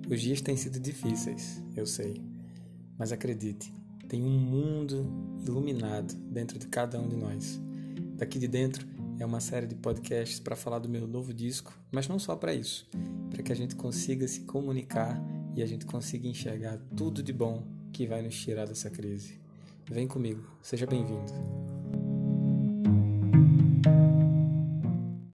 Os dias têm sido difíceis, eu sei, mas acredite, tem um mundo iluminado dentro de cada um de nós. Daqui de dentro é uma série de podcasts para falar do meu novo disco, mas não só para isso, para que a gente consiga se comunicar e a gente consiga enxergar tudo de bom que vai nos tirar dessa crise. Vem comigo, seja bem-vindo.